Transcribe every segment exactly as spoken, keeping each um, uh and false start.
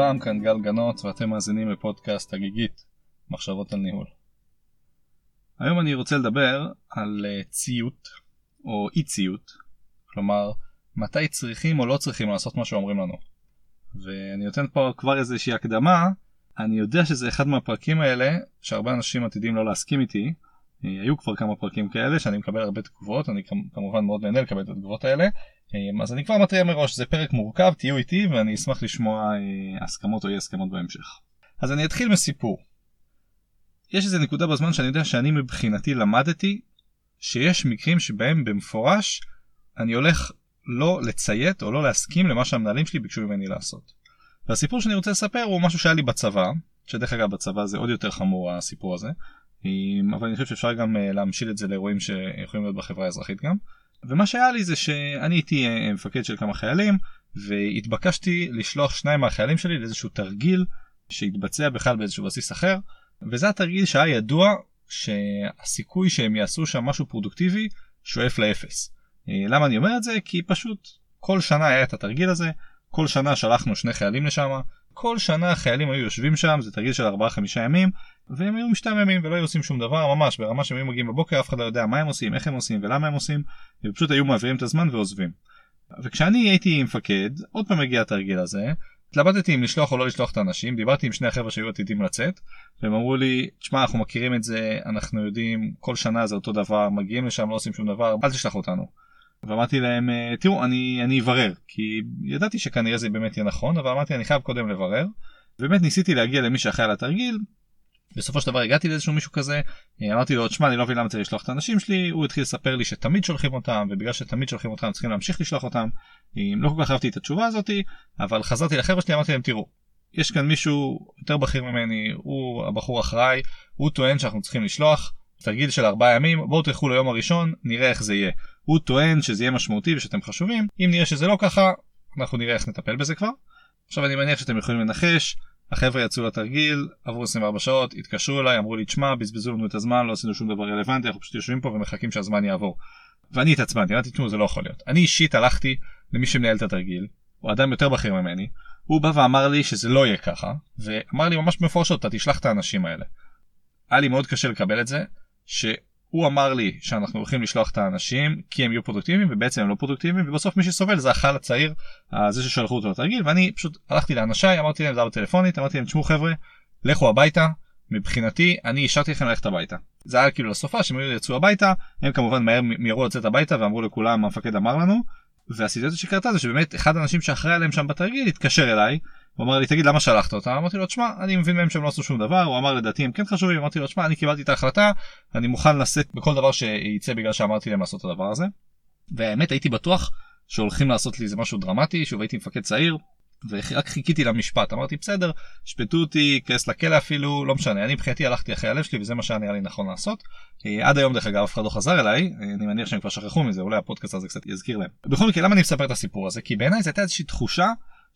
לכולם, כאן גל גנות ואתם מאזינים לפודקאסט הגיגית, מחשבות על ניהול. היום אני רוצה לדבר על ציות או אי ציות, כלומר מתי צריכים או לא צריכים לעשות מה שאומרים לנו. ואני נותן פה כבר איזושהי הקדמה. אני יודע שזה אחד מהפרקים האלה שהרבה אנשים עתידים לא להסכים איתי. היו כבר כמה פרקים כאלה שאני מקבל הרבה תגובות, אני כמובן מאוד נהנה לקבל את התגובות האלה. אז אני כבר מתריע מראש, זה פרק מורכב, תהיו איתי ואני אשמח לשמוע הסכמות או אי הסכמות בהמשך. אז אני אתחיל מסיפור. יש איזו נקודה בזמן שאני יודע שאני מבחינתי למדתי שיש מקרים שבהם במפורש אני הולך לא לציית או לא להסכים למה שהמנהלים שלי ביקשו ממני לעשות. והסיפור שאני רוצה לספר הוא משהו שהיה לי בצבא, שדרך אגב בצבא זה עוד יותר חמור הסיפור הזה, אבל אני חושב שאפשר גם להמשיל את זה לאירועים שיכולים להיות בחברה האזרחית גם. ומה שהיה לי זה שאני הייתי מפקד של כמה חיילים, והתבקשתי לשלוח שניים מהחיילים שלי לאיזשהו תרגיל שהתבצע בכלל באיזשהו בסיס אחר, וזה התרגיל שהיה ידוע שהסיכוי שהם יעשו שם משהו פרודוקטיבי שואף לאפס. למה אני אומר את זה? כי פשוט כל שנה היה את התרגיל הזה, כל שנה שלחנו שני חיילים לשם, כל שנה החיילים היו יושבים שם, זה תרגיל של ארבעה חמישה ימים, והם היו משתעממים ולא היו עושים שום דבר, ממש ברמה שהם היו מגיעים בבוקר, אף אחד לא יודע מה הם עושים, איך הם עושים ולמה הם עושים, ופשוט היו מעבירים את הזמן ועוזבים. וכשאני הייתי מפקד, עוד פעם הגיע התרגיל הזה, התלבטתי אם לשלוח או לא לשלוח את האנשים, דיברתי עם שני החבר'ה שהיו עתידים לצאת, והם אמרו לי, תשמע, אנחנו מכירים את זה, אנחנו יודעים, כל שנה זה אותו דבר, מגיעים לשם, לא עושים שום דבר, אל תשלח אותנו. ואמרתי להם, תראו, אני, אני אברר, כי ידעתי שכנראה זה באמת יהיה נכון, אבל אמרתי, אני חייב קודם לברר, ובאמת ניסיתי להגיע למי שאחראי על התרגיל. בסופו של דבר הגעתי לאיזשהו מישהו כזה, אמרתי לו, תשמע, אני לא מבין למה צריך לשלוח את האנשים שלי, הוא התחיל לספר לי שתמיד שולחים אותם, ובגלל שתמיד שולחים אותם, צריכים להמשיך לשלוח אותם. לא כל כך אהבתי את התשובה הזאת, אבל חזרתי לחבר'ה שלי, אמרתי להם, תראו, יש כאן מישהו יותר בכיר ממני, הוא הבחור אחראי, הוא טוען שאנחנו צריכים לשלוח תרגיל של ארבעה ימים, בואו תלכו ליום הראשון, נראה איך זה יהיה. הוא טוען שזה יהיה משמעותי ושאתם חשובים, אם נראה שזה לא ככה, אנחנו נראה איך נטפל בזה כבר. עכשיו אני מניח שאתם יכולים לנחש, החבר'ה יצאו לתרגיל, עברו עשרים וארבע שעות, התקשרו אליי, אמרו לי, תשמע, בזבזו לנו את הזמן, לא עשינו שום דבר רלוונטי, אנחנו פשוט יושבים פה ומחכים שהזמן יעבור. ואני התעצבנתי, אמרתי, תשמעו, זה לא יכול להיות. אני אישית הלכתי למי שמנהל את התרגיל, הוא אדם יותר בכיר ממני, הוא בא ואמר לי שזה לא יהיה ככה, ואמר לי ממש מפורשות, אתה תשלח את האנשים האלה. היה לי מאוד קשה לקבל את זה, שהוא אמר לי שאנחנו הולכים לשלוח את האנשים כי הם יהיו פרודוקטיביים ובעצם הם לא פרודוקטיביים, ובסוף מי שסובל זה החייל הצעיר, זה ששלחו אותו לתרגיל. ואני פשוט הלכתי לאנשיי, אמרתי להם, זה היה בטלפונית, אמרתי להם, תשמעו חבר'ה, לכו הביתה, מבחינתי אני השארתי לכם ללכת הביתה. זה היה כאילו לסופה שהם יצאו הביתה, הם כמובן מהר מיהרו לצאת הביתה ואמרו לכולם, המפקד אמר לנו. והסיטואציה שקרתה זה שבאמת אחד האנשים שאחראי עליהם שם בתרגיל התקשר אליי, הוא אמר לי, תגיד, למה שלחת אותה? אמרתי לו, תשמע, אני מבין מהם שהם לא עשו שום דבר. הוא אמר, לדעתי הם כן חשובים. אמרתי לו, תשמע, אני קיבלתי את ההחלטה, אני מוכן לשאת בכל דבר שייצא בגלל שאמרתי להם לעשות את הדבר הזה. והאמת הייתי בטוח שהולכים לעשות לי איזה משהו דרמטי, שוב הייתי מפקד צעיר, ורק חיכיתי למשפט. אמרתי, בסדר, שפטו אותי, כעס לכלא אפילו, לא משנה. אני מבחינתי הלכתי אחרי הלב שלי, וזה מה שהיה נראה לי נכון לעשות. עד היום דרך אגב אף אחד לא חזר אליי, אני מניח שהם כבר שכחו מזה, אולי הפודקאסט הזה קצת יזכיר להם. בכל מקרה, למה אני מספר את הסיפור הזה? כי בעיניי זו הייתה איזושהי תחושה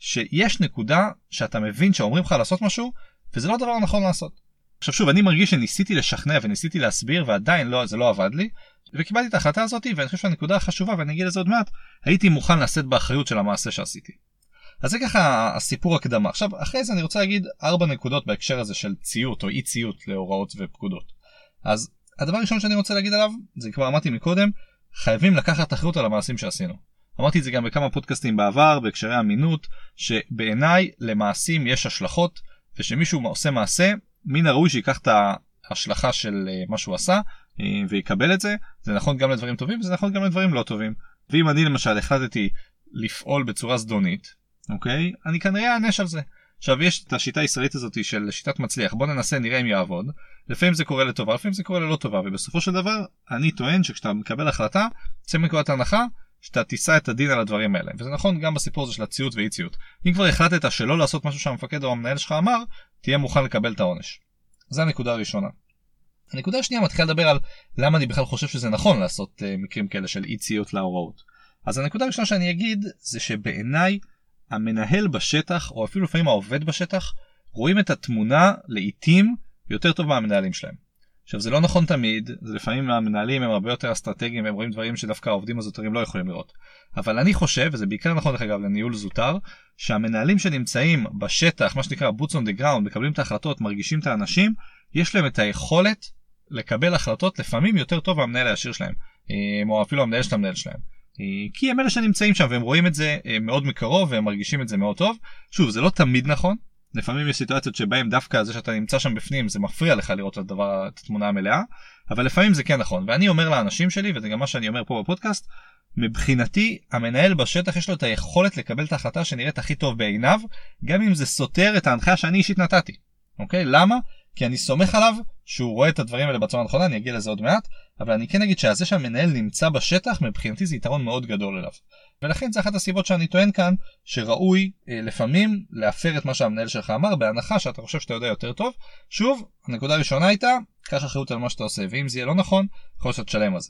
שיש נקודה שאתה מבין שאומרים לך לעשות משהו, וזה לא דבר נכון לעשות. עכשיו שוב, אני מרגיש שניסיתי לשכנע וניסיתי להסביר, ועדיין לא, זה לא עבד לי, וקיבלתי את ההחלטה הזאת, ואני חושב שהנקודה החשובה, ואני אגיד לזה עוד מעט, הייתי מוכן לשאת באחריות של המעשה שעשיתי. אז זה ככה הסיפור הקדמה. עכשיו, אחרי זה אני רוצה להגיד ארבע נקודות בהקשר הזה של ציות או אי ציות להוראות ופקודות. אז הדבר הראשון שאני רוצה להגיד עליו, זה כבר אמרתי מקודם, חייבים לקחת אחריות על המעשים שעשינו. אמרתי את זה גם בכמה פודקאסטים בעבר, בהקשרי אמינות, שבעיניי למעשים יש השלכות, ושמישהו עושה מעשה, מן הראוי שיקח את ההשלכה של מה שהוא עשה, ויקבל את זה. זה נכון גם לדברים טובים, וזה נכון גם לדברים לא טובים. ואם אני למשל החלטתי לפעול בצורה זדונית, אוקיי? אני כנראה אענש על זה. עכשיו יש את השיטה הישראלית הזאת של שיטת מצליח, בוא ננסה נראה אם יעבוד. לפעמים זה קורה לטובה, לפעמים זה קורה ללא טובה, ובסופו של דבר אני טוען שכשאתה מקבל החלטה, צא מנקודת ההנחה שאתה תישא את הדין על הדברים האלה. וזה נכון גם בסיפור הזה של הציות ואי ציות. אם כבר החלטת שלא לעשות משהו שהמפקד או המנהל שלך אמר, תהיה מוכן לקבל את העונש. זו הנקודה הראשונה. הנקודה השנייה מתחילה לדבר על למה אני בכלל חושב שזה נכון לעשות uh, מקרים כאלה של אי ציות להוראות. אז הנקודה הראשונה שאני אגיד זה שבעיניי המנהל בשטח, או אפילו לפעמים העובד בשטח, רואים את התמונה לעתים יותר טוב מהמנהלים שלהם. עכשיו זה לא נכון תמיד, זה לפעמים המנהלים הם הרבה יותר אסטרטגיים והם רואים דברים שדווקא העובדים הזוטרים לא יכולים לראות. אבל אני חושב, וזה בעיקר נכון דרך אגב לניהול זוטר, שהמנהלים שנמצאים בשטח, מה שנקרא boots on the ground, מקבלים את ההחלטות, מרגישים את האנשים, יש להם את היכולת לקבל החלטות לפעמים יותר טוב מהמנהל הישיר שלהם, או אפילו המנהל של המנהל שלהם. כי הם אלה שנמצאים שם והם רואים את זה מאוד מקרוב והם מרגישים את זה מאוד טוב. שוב, זה לא תמיד נכון. לפעמים יש סיטואציות שבהם דווקא זה שאתה נמצא שם בפנים זה מפריע לך לראות את הדבר, את התמונה המלאה, אבל לפעמים זה כן נכון. ואני אומר לאנשים שלי, וזה גם מה שאני אומר פה בפודקאסט, מבחינתי המנהל בשטח יש לו את היכולת לקבל את ההחלטה שנראית הכי טוב בעיניו, גם אם זה סותר את ההנחיה שאני אישית נתתי. אוקיי? למה? כי אני סומך עליו שהוא רואה את הדברים האלה בצורה הנכונה, אני אגיע לזה עוד מעט, אבל אני כן אגיד שזה שהמנהל נמצא בשטח, מבחינתי זה יתרון מאוד גדול אליו. ולכן זה אחת הסיבות שאני טוען כאן, שראוי אה, לפעמים להפר את מה שהמנהל שלך אמר, בהנחה שאתה חושב שאתה יודע יותר טוב. שוב, הנקודה הראשונה הייתה, קח אחריות על מה שאתה עושה, ואם זה יהיה לא נכון, יכול להיות שתשלם על זה.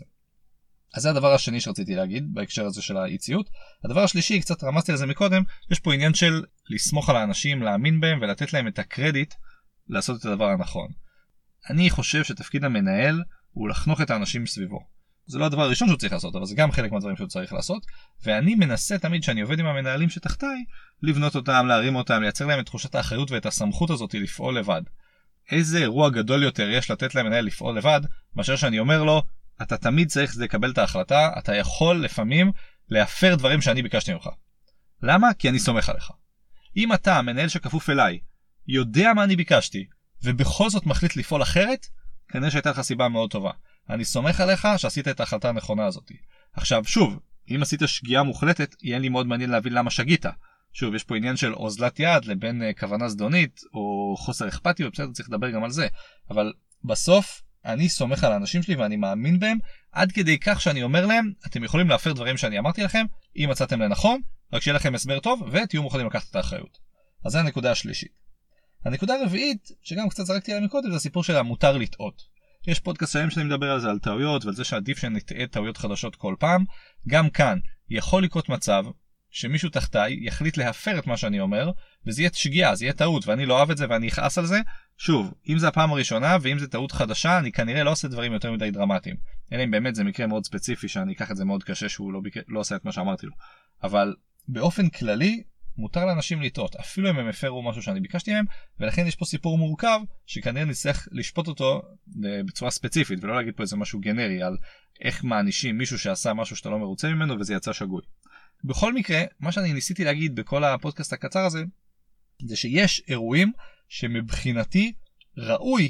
אז זה הדבר השני שרציתי להגיד, בהקשר הזה של האי-ציות. הדבר השלישי, קצת רמזתי על זה מקודם, יש פה עניין של לסמוך על האנשים, להאמין בהם ולתת להם את הקרדיט לעשות את הדבר הנכון. אני חושב שתפקיד המנהל הוא לחנוך את האנשים סביבו. זה לא הדבר הראשון שהוא צריך לעשות, אבל זה גם חלק מהדברים שהוא צריך לעשות, ואני מנסה תמיד שאני עובד עם המנהלים שתחתיי, לבנות אותם, להרים אותם, לייצר להם את תחושת האחריות ואת הסמכות הזאת לפעול לבד. איזה אירוע גדול יותר יש לתת למנהל לפעול לבד, מאשר שאני אומר לו, אתה תמיד צריך לקבל את ההחלטה, אתה יכול לפעמים להפר דברים שאני ביקשתי ממך. למה? כי אני סומך עליך. אם אתה, המנהל שכפוף אליי, יודע מה אני ביקשתי, ובכל זאת מחליט לפעול אחרת, כנראה שהייתה לך סיבה מאוד טובה. אני סומך עליך שעשית את ההחלטה הנכונה הזאת. עכשיו, שוב, אם עשית שגיאה מוחלטת, יהיה לי מאוד מעניין להבין למה שגית. שוב, יש פה עניין של אוזלת יד לבין uh, כוונה זדונית, או חוסר אכפתיות, בסדר, צריך לדבר גם על זה. אבל בסוף, אני סומך על האנשים שלי ואני מאמין בהם, עד כדי כך שאני אומר להם, אתם יכולים להפר דברים שאני אמרתי לכם, אם מצאתם לנכון, רק שיהיה לכם הסבר טוב, ותהיו מוכנים לקחת את האחריות. אז זה הנקודה השלישית. הנקודה הרביעית, שגם קצת זרקתי עליה מקודם, זה הסיפור של המותר לטעות. יש פודקאסט שלם שאני מדבר על זה, על טעויות, ועל זה שעדיף שנטעה טעויות חדשות כל פעם. גם כאן יכול לקרות מצב שמישהו תחתיי יחליט להפר את מה שאני אומר, וזה יהיה שגיאה, זה יהיה טעות, ואני לא אוהב את זה ואני אכעס על זה. שוב, אם זה הפעם הראשונה ואם זה טעות חדשה, אני כנראה לא עושה דברים יותר מדי דרמטיים. אלא אם באמת זה מקרה מאוד ספציפי שאני אקח את זה מאוד קשה שהוא לא, ביק... לא עושה את מה שאמרתי לו. אבל באופן כללי, מותר לאנשים לטעות, אפילו אם הם הפרו משהו שאני ביקשתי מהם, ולכן יש פה סיפור מורכב שכנראה נצטרך לשפוט אותו בצורה ספציפית, ולא להגיד פה איזה משהו גנרי על איך מענישים מישהו שעשה משהו שאתה לא מרוצה ממנו וזה יצא שגוי. בכל מקרה, מה שאני ניסיתי להגיד בכל הפודקאסט הקצר הזה, זה שיש אירועים שמבחינתי ראוי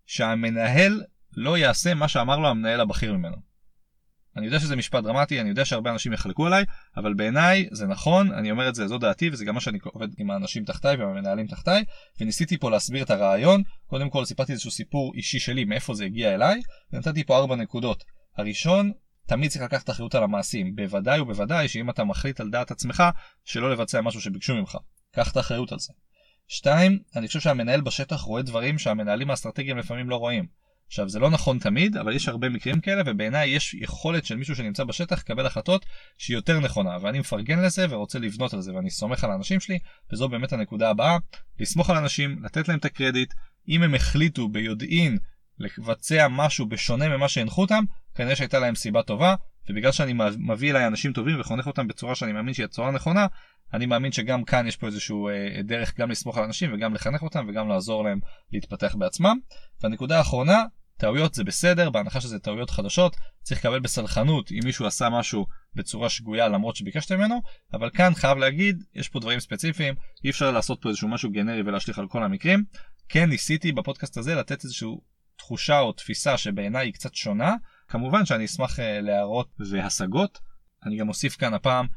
שהמנהל לא יעשה מה שאמר לו המנהל הבכיר ממנו. אני יודע שזה משפט דרמטי, אני יודע שהרבה אנשים יחלקו עליי, אבל בעיניי זה נכון, אני אומר את זה, זו דעתי, וזה גם מה שאני עובד עם האנשים תחתיי והמנהלים תחתיי, וניסיתי פה להסביר את הרעיון. קודם כל סיפרתי איזשהו סיפור אישי שלי, מאיפה זה הגיע אליי, ונתתי פה ארבע נקודות. הראשון, תמיד צריך לקחת אחריות על המעשים, בוודאי ובוודאי שאם אתה מחליט על דעת עצמך, שלא לבצע משהו שביקשו ממך, קח את האחריות על זה. שתיים, אני חושב שהמנהל בשטח רואה דברים שהמנהלים האסטרטגיים לפעמים לא רואים. עכשיו, זה לא נכון תמיד, אבל יש הרבה מקרים כאלה, ובעיניי יש יכולת של מישהו שנמצא בשטח לקבל החלטות שהיא יותר נכונה, ואני מפרגן לזה ורוצה לבנות על זה, ואני סומך על האנשים שלי, וזו באמת הנקודה הבאה, לסמוך על אנשים, לתת להם את הקרדיט. אם הם החליטו ביודעין לבצע משהו בשונה ממה שהנחו אותם, כנראה שהייתה להם סיבה טובה, ובגלל שאני מביא אליי אנשים טובים וחונך אותם בצורה שאני מאמין שהיא הצורה נכונה, אני מאמין שגם כאן יש פה איזשהו אה, דרך גם לסמוך על אנשים וגם לחנך אותם וגם לעזור להם להתפתח בעצמם. והנקודה האחרונה, טעויות זה בסדר, בהנחה שזה טעויות חדשות, צריך לקבל בסלחנות אם מישהו עשה משהו בצורה שגויה למרות שביקשת ממנו, אבל כאן חייב להגיד, יש פה דברים ספציפיים, אי אפשר לעשות פה איזשהו משהו גנרי ולהשליך על כל המקרים. כן ניסיתי בפודקאסט הזה לתת איזשהו תחושה או תפיסה שבעיניי היא קצת שונה, כמובן שאני אשמח להערות והשגות. אני גם אוסיף כאן הפעם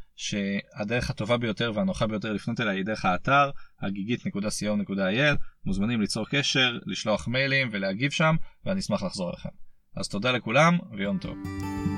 שהדרך הטובה ביותר והנוחה ביותר לפנות אליי היא דרך האתר הגיגית נקודה סי או נקודה איי אל. מוזמנים ליצור קשר, לשלוח מיילים ולהגיב שם, ואני אשמח לחזור אליכם. אז תודה לכולם ויום טוב.